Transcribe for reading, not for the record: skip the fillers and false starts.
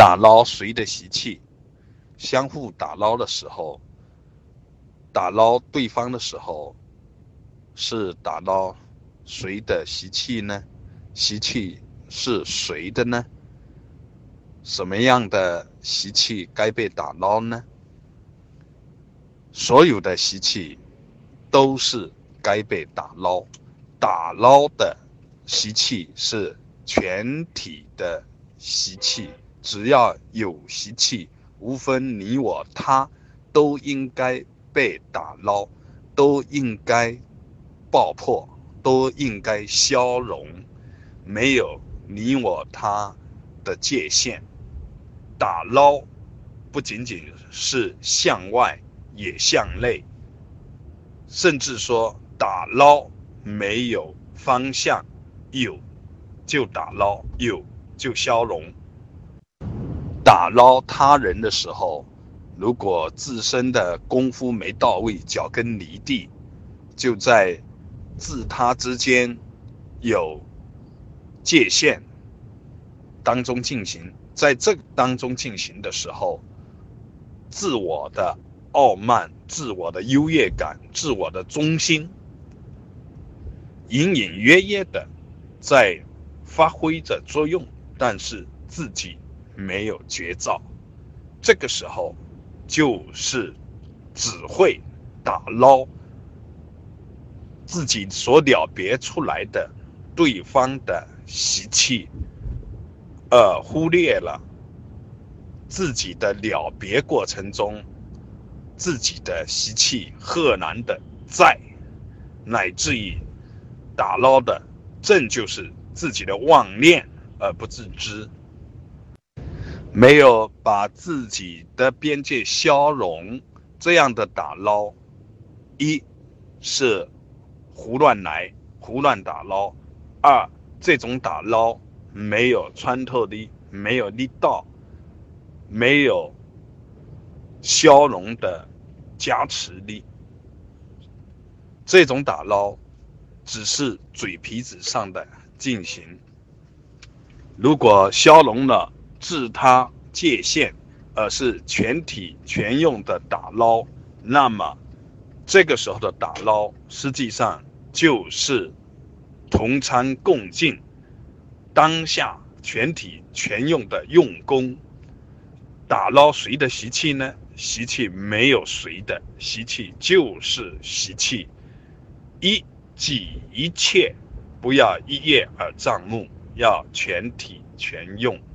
打捞谁的习气，相互打捞的时候，打捞对方的时候，是打捞谁的习气呢？习气是谁的呢？什么样的习气该被打捞呢？所有的习气都是该被打捞，打捞的习气是全体的习气，只要有习气，无分你我他，都应该被打捞，都应该爆破，都应该消融，没有你我他的界限。打捞不仅仅是向外，也向内，甚至说打捞没有方向，有就打捞，有就消融。打捞他人的时候，如果自身的功夫没到位，脚跟离地，就在自他之间有界限当中进行，在这当中进行的时候，自我的傲慢、自我的优越感、自我的中心，隐隐约约的在发挥着作用，但是自己没有觉照。这个时候就是只会打捞自己所了别出来的对方的习气，忽略了自己的了别过程中自己的习气赫然的在，乃至于打捞的正就是自己的妄念而不自知，没有把自己的边界消融，这样的打捞，一是胡乱来胡乱打捞，二这种打捞没有穿透力，没有力道，没有消融的加持力，这种打捞只是嘴皮子上的进行。如果消融了自他界限，而是全体全用的打捞，那么这个时候的打捞实际上就是同参共进，当下全体全用的用功。打捞谁的习气呢？习气没有谁的，习气就是习气。即一切不要一叶而障目，要全体全用。